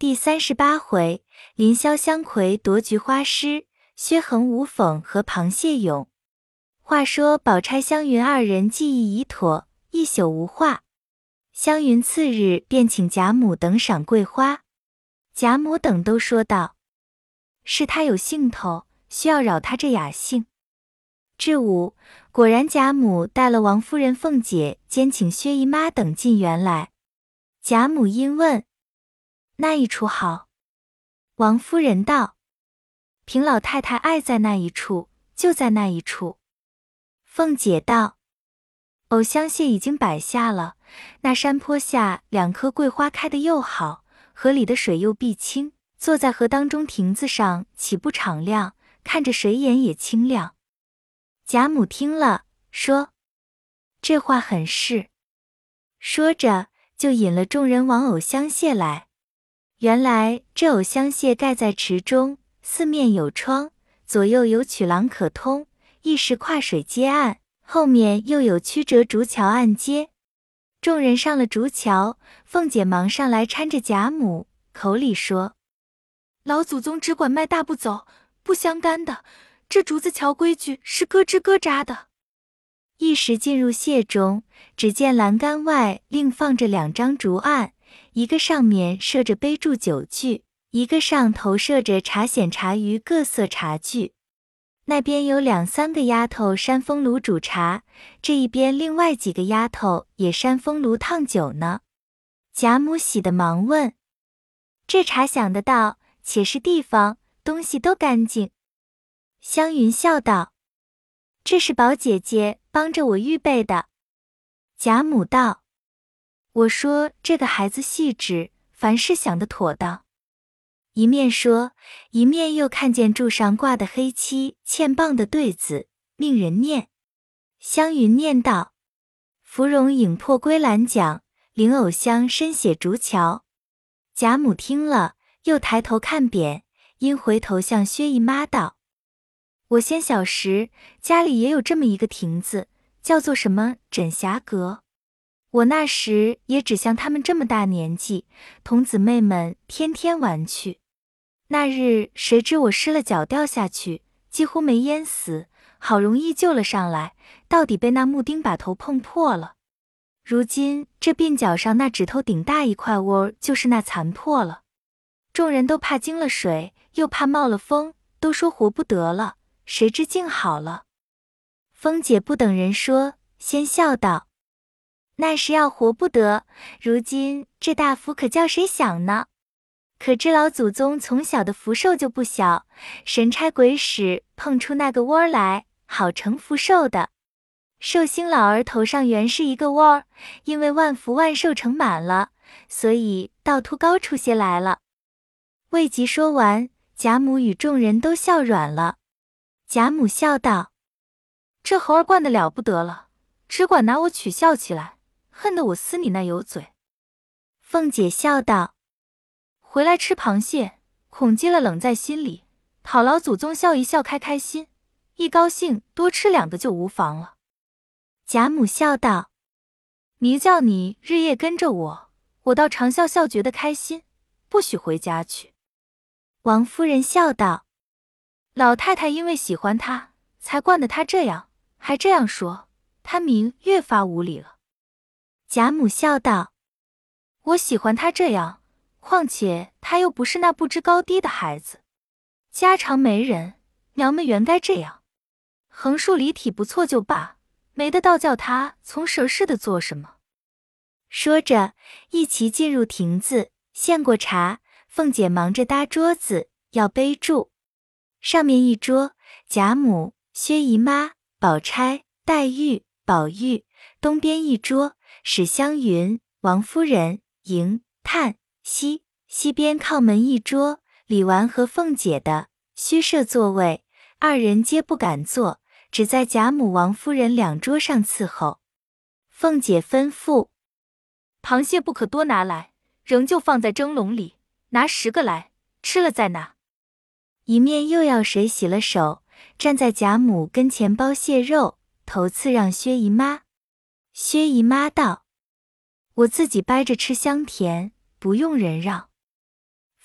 第38回，林萧香魁夺菊花诗，薛恒无讽和螃蟹咏。话说宝钗、湘云二人计议已妥，一宿无话。湘云次日便请贾母等赏桂花，贾母等都说道：是他有兴头，需要扰他这雅兴。至午，果然贾母带了王夫人、凤姐兼请薛姨妈等进园来。贾母因问：那一处好？王夫人道：凭老太太爱在那一处，就在那一处。凤姐道：藕香榭已经摆下了，那山坡下2棵桂花开得又好，河里的水又碧清，坐在河当中亭子上岂不敞亮，看着水眼也清亮。贾母听了，说：这话很是。说着就引了众人往藕香榭来。原来这藕香榭盖在池中，四面有窗，左右有曲廊可通，一时跨水接岸，后面又有曲折竹桥岸接。众人上了竹桥，凤姐忙上来搀着贾母，口里说：老祖宗只管迈大步走，不相干的，这竹子桥规矩是咯吱咯喳的。一时进入榭中，只见栏杆外另放着2张竹案，一个上面设着杯箸酒具，一个上头设着茶筅茶盂各色茶具。那边有2、3个丫头扇风炉煮茶，这一边另外几个丫头也扇风炉烫酒呢。贾母喜得忙问：这茶想得到，且是地方，东西都干净。湘云笑道：这是宝姐姐帮着我预备的。贾母道：我说这个孩子细致，凡事想得妥当。一面说，一面又看见柱上挂的黑漆嵌棒的对子，命人念。湘云念道：芙蓉影破归兰桨，菱藕香深写竹桥。贾母听了，又抬头看扁，因回头向薛姨妈道：我先小时家里也有这么一个亭子，叫做什么枕霞阁。我那时也只像他们这么大年纪，同姊妹们天天玩去。那日谁知我失了脚掉下去，几乎没淹死，好容易救了上来，到底被那木钉把头碰破了。如今这鬓角上那指头顶大一块窝就是那残破了。众人都怕惊了水，又怕冒了风，都说活不得了，谁知竟好了。凤姐不等人说，先笑道：那时要活不得，如今这大福可叫谁想呢？可知老祖宗从小的福寿就不小，神差鬼使碰出那个窝来，好成福寿的。寿星老儿头上原是一个窝，因为万福万寿盛满了，所以倒凸高出些来了。未及说完，贾母与众人都笑软了。贾母笑道：这猴儿惯得了不得了，只管拿我取笑起来，恨得我撕你那油嘴。凤姐笑道：回来吃螃蟹，恐积了冷在心里，讨老祖宗笑一笑，开开心，一高兴多吃2个就无妨了。贾母笑道：你叫你日夜跟着我，我倒常笑笑觉得开心，不许回家去。王夫人笑道：老太太因为喜欢他，才惯得他这样，还这样说，他明越发无理了。贾母笑道：我喜欢他这样，况且他又不是那不知高低的孩子，家常没人，娘们原该这样，横竖离体不错就罢，没得倒叫他从蛇似的做什么。说着，一齐进入亭子，献过茶，凤姐忙着搭桌子，要杯箸。上面一桌，贾母、薛姨妈、宝钗、黛玉、宝玉；东边一桌，史湘云、王夫人、迎、探、西；西边靠门一桌，李纨和凤姐的，虚设座位，二人皆不敢坐，只在贾母、王夫人2桌上伺候。凤姐吩咐：螃蟹不可多拿来，仍旧放在蒸笼里，拿10个来，吃了再拿。一面又要水洗了手，站在贾母跟前剥蟹肉，头次让薛姨妈。薛姨妈道：我自己掰着吃香甜，不用人让。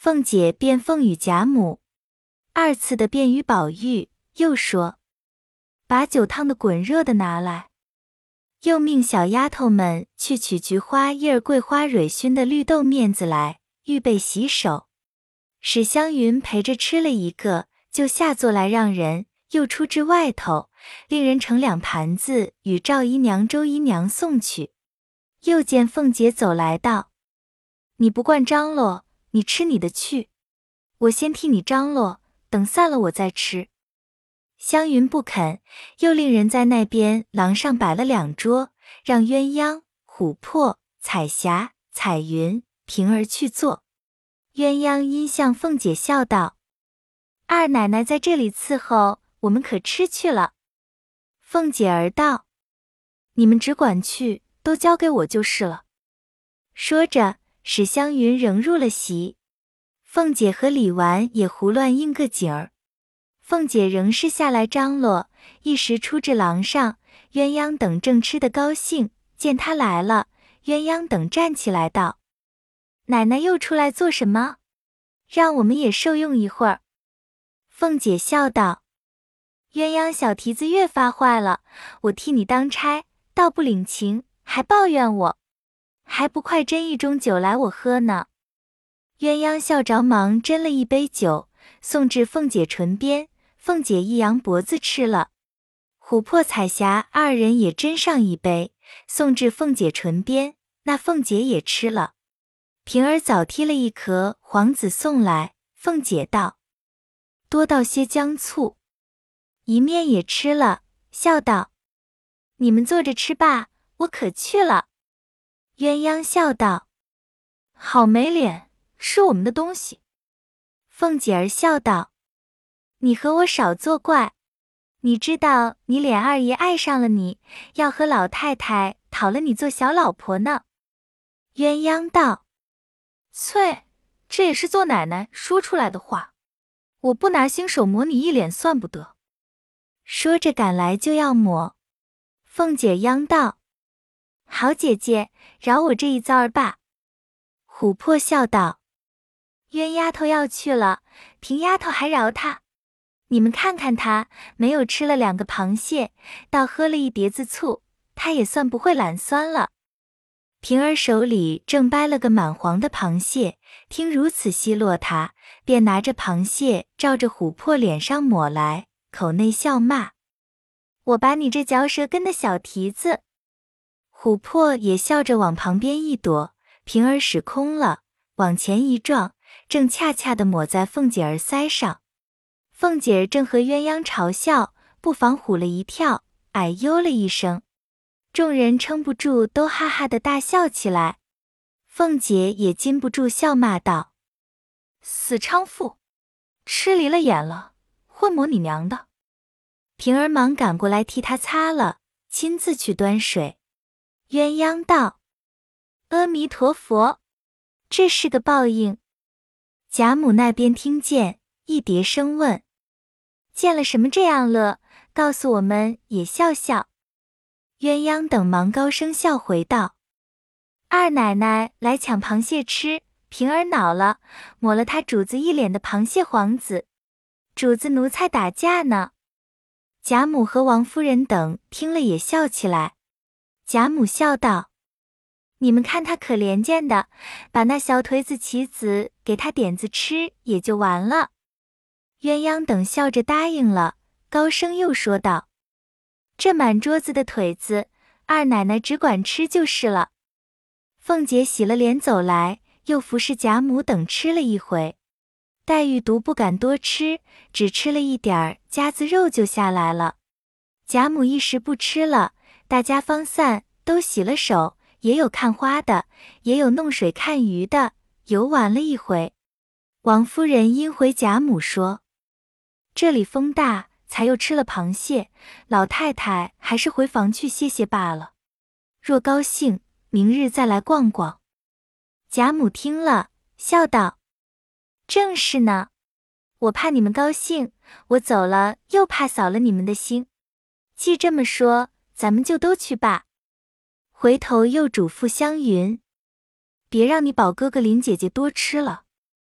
凤姐便奉与贾母，二次的便与宝玉，又说：把酒烫的滚热的拿来。又命小丫头们去取菊花叶、桂花蕊熏的绿豆面子来，预备洗手。史湘云陪着吃了一个，就下座来让人，又出至外头，令人盛2盘子与赵姨娘、周姨娘送去。又见凤姐走来道：你不惯张罗，你吃你的去，我先替你张罗，等散了我再吃。湘云不肯，又令人在那边廊上摆了2桌，让鸳鸯、琥珀、彩霞、彩云、平儿去坐。鸳鸯因向凤姐笑道：二奶奶在这里伺候，我们可吃去了。凤姐儿道：你们只管去，都交给我就是了。说着，史湘云仍入了席，凤姐和李纨也胡乱应个景儿。凤姐仍是下来张罗，一时出至廊上，鸳鸯等正吃得高兴，见她来了，鸳鸯等站起来道：奶奶又出来做什么？让我们也受用一会儿。凤姐笑道：鸳鸯小蹄子越发坏了，我替你当差，倒不领情，还抱怨我，还不快斟一盅酒来我喝呢。鸳鸯笑着忙斟了一杯酒，送至凤姐唇边，凤姐一扬脖子吃了。琥珀、彩霞二人也斟上一杯，送至凤姐唇边，那凤姐也吃了。平儿早剔了一壳黄子送来，凤姐道：多倒些姜醋。一面也吃了，笑道：你们坐着吃罢，我可去了。鸳鸯笑道：好没脸，是我们的东西。凤姐儿笑道：你和我少作怪，你知道你琏二爷爱上了你，要和老太太讨了你做小老婆呢。鸳鸯道：翠，这也是做奶奶说出来的话，我不拿新手抹你一脸算不得。说着赶来就要抹。凤姐央道：好姐姐，饶我这一遭儿罢。琥珀笑道：鸳丫头要去了，平丫头还饶她。你们看看她，没有吃了2个螃蟹，倒喝了1碟子醋，她也算不会懒酸了。平儿手里正掰了个满黄的螃蟹，听如此奚落她，便拿着螃蟹照着琥珀脸上抹来，口内笑骂：我把你这嚼舌根的小蹄子。琥珀也笑着往旁边一躲，平儿使空了，往前一撞，正恰恰地抹在凤姐儿腮上。凤姐儿正和鸳鸯嘲笑，不妨唬了一跳，哎呦了一声。众人撑不住，都哈哈地大笑起来。凤姐也禁不住笑骂道：死娼妇，吃离了眼了，会抹你娘的。平儿忙赶过来替她擦了，亲自去端水。鸳鸯道：阿弥陀佛，这是个报应。贾母那边听见，一叠声问：见了什么这样乐？告诉我们也笑笑。鸳鸯等忙高声笑回道：二奶奶来抢螃蟹吃，平儿恼了，抹了她主子一脸的螃蟹黄子，主子奴才打架呢。贾母和王夫人等听了也笑起来。贾母笑道：你们看他可怜见的，把那小腿子棋子给他点子吃也就完了。鸳鸯等笑着答应了，高声又说道：这满桌子的腿子，二奶奶只管吃就是了。凤姐洗了脸走来，又服侍贾母等吃了一回。黛玉独不敢多吃，只吃了一点儿夹子肉就下来了。贾母一时不吃了，大家方散，都洗了手，也有看花的，也有弄水看鱼的，游玩了一回。王夫人因回贾母说：这里风大，才又吃了螃蟹，老太太还是回房去歇歇罢了。若高兴，明日再来逛逛。贾母听了，笑道：正是呢，我怕你们高兴，我走了又怕扫了你们的心。既这么说，咱们就都去罢。回头又嘱咐湘云：别让你宝哥哥林姐姐多吃了。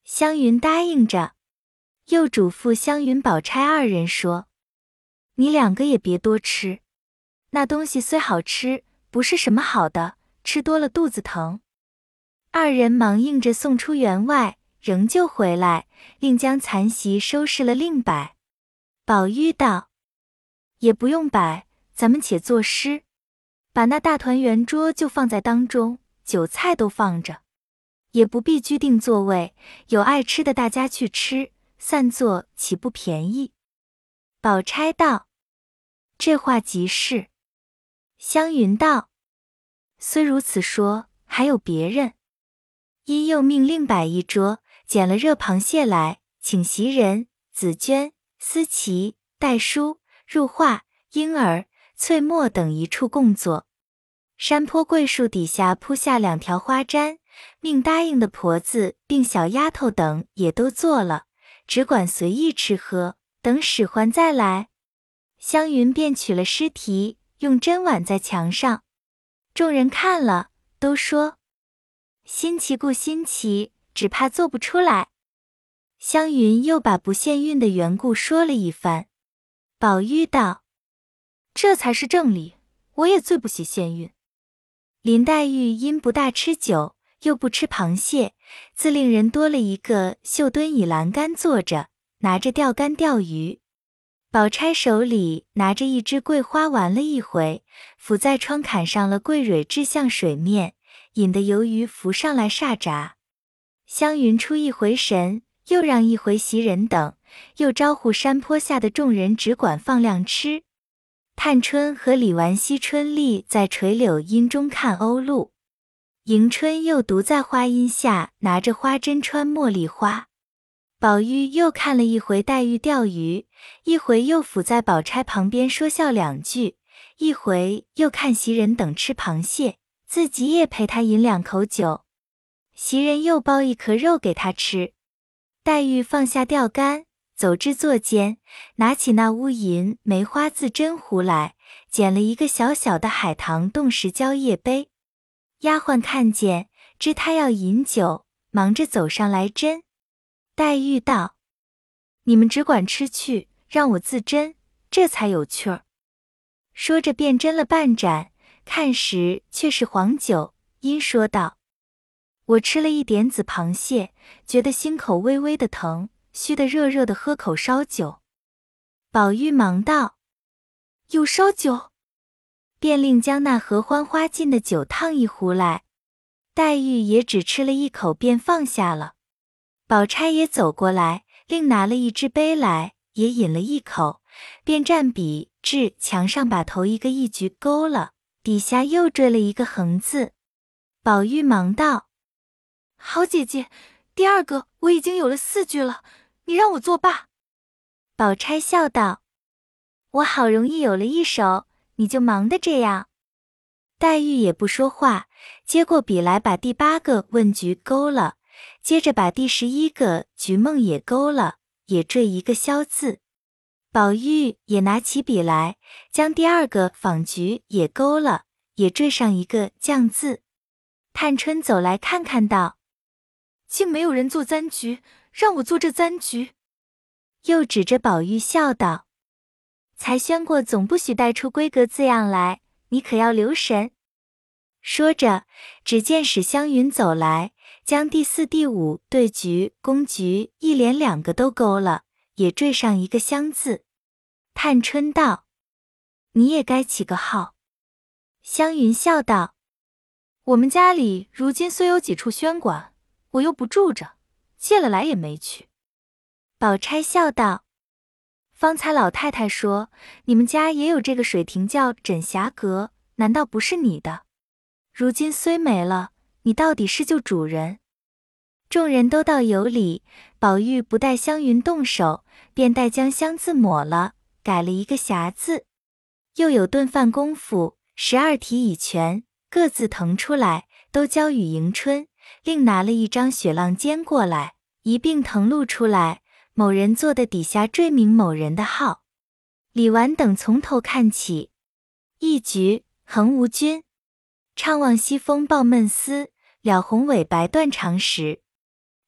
湘云答应着，又嘱咐湘云、宝钗二人说：“你两个也别多吃，那东西虽好吃，不是什么好的，吃多了肚子疼。”二人忙应着送出园外，仍旧回来，另将残席收拾了另摆。宝玉道：“也不用摆，咱们且作诗，把那大团圆桌就放在当中，酒菜都放着，也不必拘定座位，有爱吃的大家去吃，散坐岂不便宜？”宝钗道：“这话极是。”湘云道：“虽如此说，还有别人。”因又命另摆一桌，捡了热螃蟹来，请袭人、紫鹃、思琪、黛书、入画、莺儿、翠墨等一处共坐。山坡桂树底下铺下2条花毡，命答应的婆子并小丫头等也都做了，只管随意吃喝，等使唤再来。湘云便取了诗题，用针挽在墙上。众人看了，都说：“新奇故新奇，只怕做不出来。”湘云又把不限韵的缘故说了一番。宝玉道：“这才是正理，我也最不喜限韵。”林黛玉因不大吃酒，又不吃螃蟹，自令人多了一个绣墩倚栏杆坐着，拿着钓竿钓鱼。宝钗手里拿着一只桂花玩了一回，伏在窗槛上了桂蕊掷向水面，引得游鱼浮上来煞闸。湘云出一回神，又让一回袭人等，又招呼山坡下的众人只管放量吃。探春和李纨、惜春立在垂柳荫中看鸥鹭，迎春又独在花荫下拿着花针穿茉莉花。宝玉又看了一回黛玉钓鱼，一回又伏在宝钗旁边说笑2句，一回又看袭人等吃螃蟹，自己也陪他饮2口酒。袭人又包一壳肉给他吃。黛玉放下钓竿，走至座间，拿起那乌银梅花字针壶来，捡了一个小小的海棠冻石蕉叶杯。丫鬟看见，知他要饮酒，忙着走上来斟。黛玉道：“你们只管吃去，让我自斟，这才有趣儿。”说着便斟了半盏，看时却是黄酒，因说道：“我吃了一点子螃蟹，觉得心口微微的疼，须得热热的喝口烧酒。”宝玉忙道：“有烧酒？”便另将那合欢花浸的酒烫一壶来。黛玉也只吃了一口便放下了。宝钗也走过来，另拿了一只杯来，也饮了一口，便蘸笔至墙上把头一个一局勾了，底下又缀了一个横字。宝玉忙道：“好姐姐，第2个我已经有了4句了，你让我作罢。”宝钗笑道：“我好容易有了一首，你就忙得这样。”黛玉也不说话，接过笔来把第8个问局勾了，接着把第11个菊梦也勾了，也缀一个消字。宝玉也拿起笔来，将第2个访菊也勾了，也缀上一个降字。探春走来看看道：“竟没有人做簪菊，让我做这簪菊。”又指着宝玉笑道：“才宣过总不许带出闺阁字样来，你可要留神。”说着，只见史湘云走来，将第4、第5对菊、宫菊一连2个都勾了，也缀上一个香字。探春道：“你也该起个号。”湘云笑道：“我们家里如今虽有几处轩馆，我又不住着，借了来也没去。”宝钗笑道：“方才老太太说你们家也有这个水亭叫枕霞阁，难道不是你的？如今虽没了，你到底是救主人。”众人都道有理，宝玉不待湘云动手，便带将香字抹了，改了一个匣字。又有顿饭功夫，12题已全，各自腾出来，都交与迎春，另拿了一张雪浪笺过来，一并誊录出来，某人坐的底下缀明某人的号。李纨等从头看起：一局横无君，怅望西风抱闷思，了红尾白断肠时。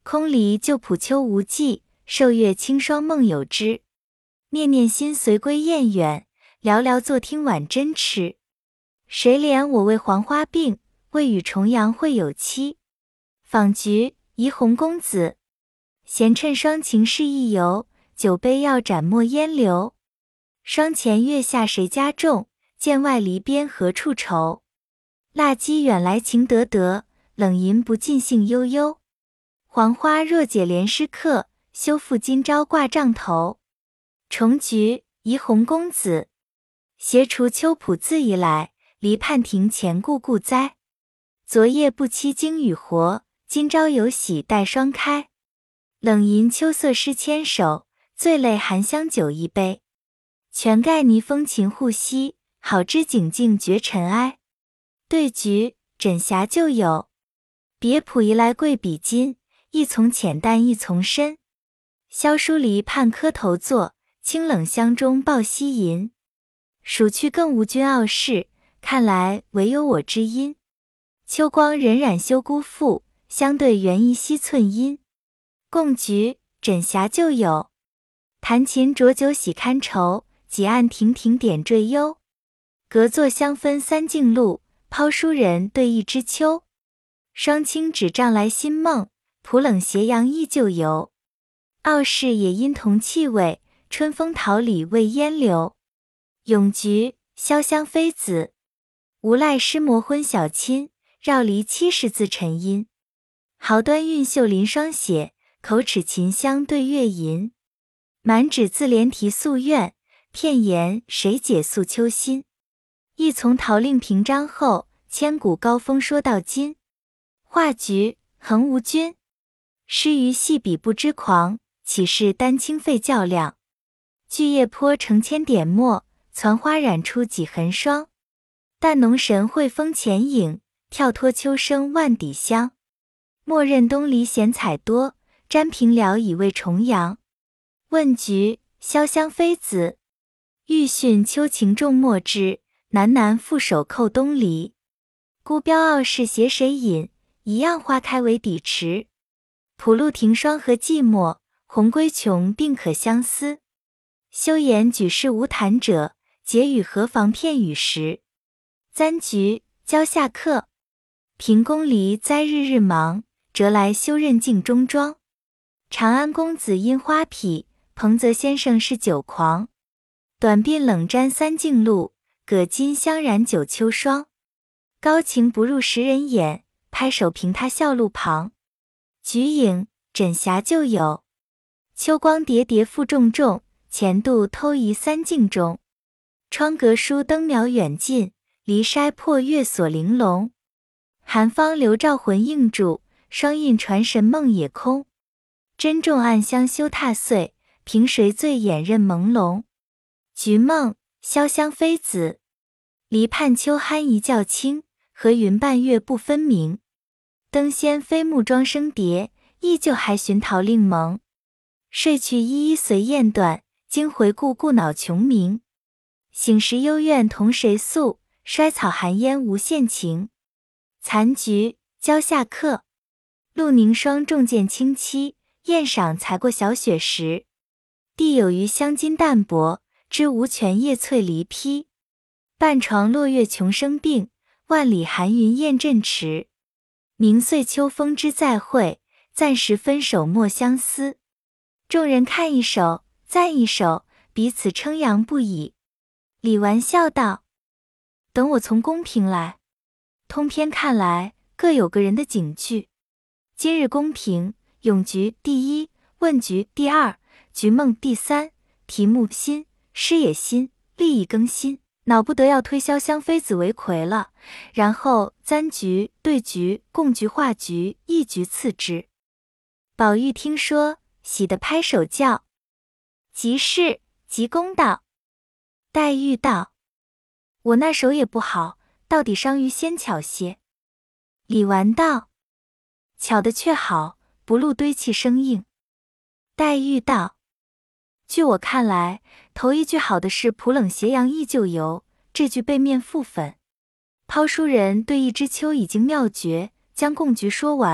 空离旧浦秋无际，受月清霜梦有之。念念心随归雁远，寥寥坐听晚针痴。谁怜我为黄花病，为与重阳会有期。访菊，怡红公子。闲趁双情事一游，酒杯要斩莫烟流。霜前月下谁家种？剑外篱边何处愁？蜡鸡远来情得得，冷吟不尽兴悠悠。黄花若解怜诗客，休负今朝挂帐头。重菊，怡红公子。携除秋浦自已来，离畔庭前故故栽。昨夜不期经雨活，今朝有喜待霜开。冷吟秋色诗千首，醉泪含香酒一杯。泉盖泥风琴护膝，好知景静绝尘埃。对菊，枕霞旧友。别浦移来贵比金，一丛浅淡一丛深。萧疏篱畔磕头坐，清冷香中抱膝吟。数去更无君傲世，看来唯有我知音。秋光荏苒休辜负，相对缘宜惜寸阴。共菊，枕霞旧友。弹琴浊酒喜堪愁，几案亭亭点缀幽。隔座相分三径路，抛书人对一枝秋。霜清纸帐来新梦，浦冷斜阳依旧游。傲世也因同气味，春风桃李未烟流。咏菊，潇湘妃子。无赖诗魔昏晓亲，绕篱70字沉吟。毫端韵秀临霜写，口齿琴香对月吟。满纸自怜题夙愿，片言谁解诉秋心。一丛桃令屏章后，千古高峰说到今。画菊，横无君。诗于细笔不知狂，岂是丹青费较量。巨叶坡成千点墨，攒花染出几痕霜。但浓神会风前影，跳脱秋声万底香。莫认东篱闲采多，沾凭聊以慰重阳。问菊，潇湘妃子。欲训秋情重墨汁，喃喃负手扣东篱。孤标傲世携谁饮？一样花开为底池。浦路停霜和寂寞，鸿归穷并可相思。休言举世无谈者，结语何妨片语时。簪菊，蕉下客。平宫离栽日日忙，折来休任镜中妆。长安公子因花匹，彭泽先生是酒狂。短鬓冷沾三径路，葛巾香染九秋霜。高情不入时人眼，拍手凭他笑路旁。菊影，枕霞旧友。秋光叠叠负重重，前度偷移三径中。窗隔疏灯苗远近，篱筛破月锁玲珑。寒芳流照魂映住，霜印传神梦也空。珍重暗香休踏碎，凭谁醉眼任朦胧。菊梦，潇湘妃子。篱畔秋酣一觉清，和云伴月不分明。灯仙飞木桩生蝶，依旧还寻桃令萌。睡去依依随雁断，惊回顾顾恼穷鸣。醒时幽怨同谁诉？衰草寒烟无限情。残菊，蕉下客。露凝霜重见清凄，宴赏才过小雪时。地有余香金淡薄，知无泉叶翠梨披。半床落月穷生病，万里寒云雁阵迟。明岁秋风知再会，暂时分手莫相思。众人看一首，赞一首，彼此称扬不已。李纨笑道：等我从宫评来。通篇看来各有个人的警句。今日宫评，咏菊第一，问菊第二，菊梦第三。题目新，诗也新，立意更新，恼不得要推潇湘妃子为魁了。然后簪菊、对菊、共菊、画菊，一菊次之。宝玉听说，喜得拍手叫：即是，即公道。黛玉道：我那手也不好，到底伤于先巧些。李纨道：巧的却好，不露堆砌生硬。黛玉道：据我看来，头一句好的是浦冷斜阳依旧游，这句背面覆粉。抛书人对一枝秋已经妙绝，将共菊说完，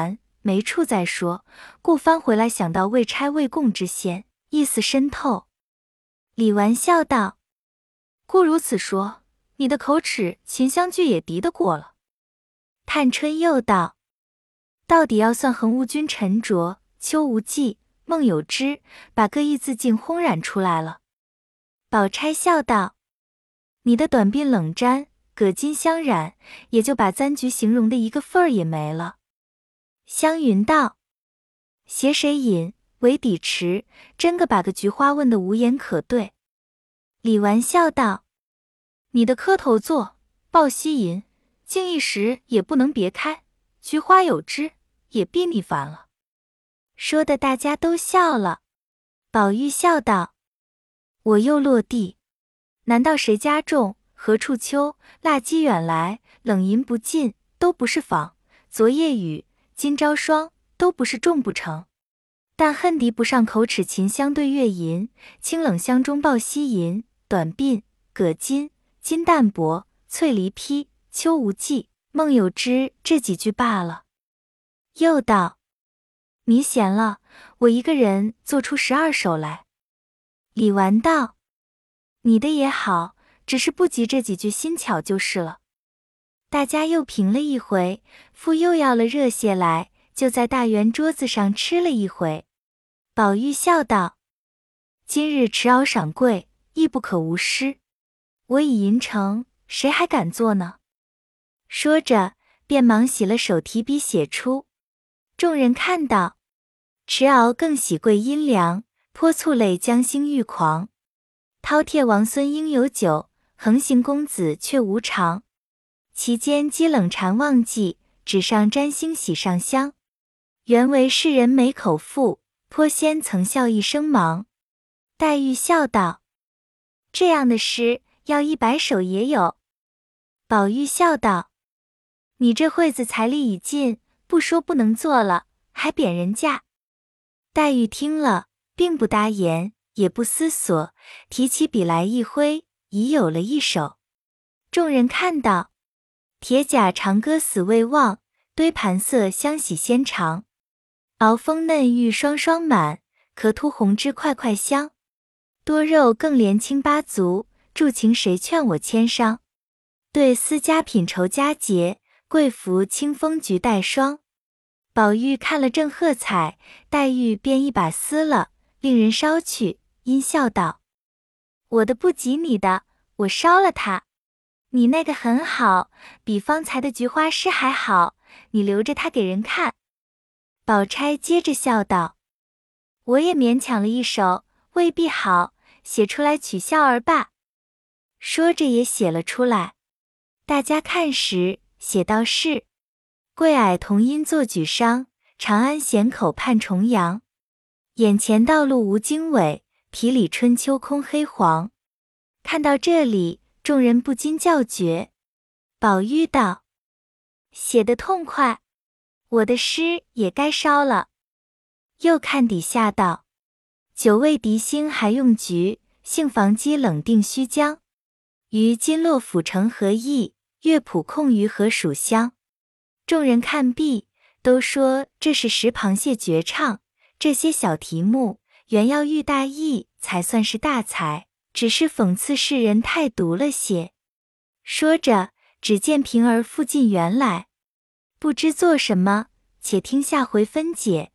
没处再说，故翻回来想到未拆未供之先，意思深透。李纨笑道：故如此说，你的口齿秦香句也敌得过了。探春又道：到底要算横无君沉着、秋无忌、孟有之，把各异字竟轰然出来了。宝钗笑道：你的短鬓冷沾，葛巾相染，也就把簪菊形容的一个份儿也没了。湘云道：携谁饮，为底池，真个把个菊花问得无言可对。李纨笑道：你的磕头座，抱膝吟，竟一时也不能别开，菊花有枝，也逼你烦了。说的大家都笑了。宝玉笑道：我又落地，难道谁家种，何处秋，腊鸡远来，冷吟不尽，都不是访，昨夜雨，今朝霜，都不是种不成。但恨敌不上口齿琴相对月吟，清冷香中抱膝吟，短鬓、葛巾、金淡泊、翠梨披、秋无忌、孟有之这几句罢了。又道：你闲了，我一个人做出12首来。李纨道：你的也好，只是不及这几句新巧就是了。大家又评了一回，复又要了热些来，就在大圆桌子上吃了一回。宝玉笑道：今日持熬赏贵，亦不可无失。我已吟成，谁还敢做呢？说着，便忙洗了手，提笔写出。众人看到，持熬更喜贵阴凉，颇醋泪将星欲狂。饕餮王孙应有酒，横行公子却无常。其间积冷禅忘记，纸上沾星喜上香。原为世人美口腹，颇先曾笑一声忙。黛玉笑道：这样的诗要100首也有。宝玉笑道：你这会子财力已尽，不说不能做了，还贬人家。黛玉听了，并不答言，也不思索，提起笔来一挥，已有了一首。众人看到，铁甲长歌死未忘，堆盘色香喜先尝。熬蜂嫩玉双双满，可突红脂块块香。多肉更怜清八足，助情谁劝我牵伤。对私家品酬佳节，贵服清风菊带霜。宝玉看了正喝彩，黛玉便一把撕了，令人烧去，阴笑道：我的不及你的，我烧了它。你那个很好，比方才的菊花诗还好，你留着它给人看。宝钗接着笑道：我也勉强了一首，未必好，写出来取笑儿罢。说着也写了出来。大家看时，写道是：桂霭同音作举觞，长安弦口盼重阳。眼前道路无经纬，皮里春秋空黑黄。看到这里，众人不禁叫绝。宝玉道：写得痛快，我的诗也该烧了。又看底下道：久未敌星还用菊，杏房机冷定须将。于金络府城何意，乐谱控于何属乡。众人看毕，都说这是石螃蟹绝唱，这些小题目原要喻大意才算是大才，只是讽刺世人太毒了些。说着，只见平儿复进园来，不知做什么，且听下回分解。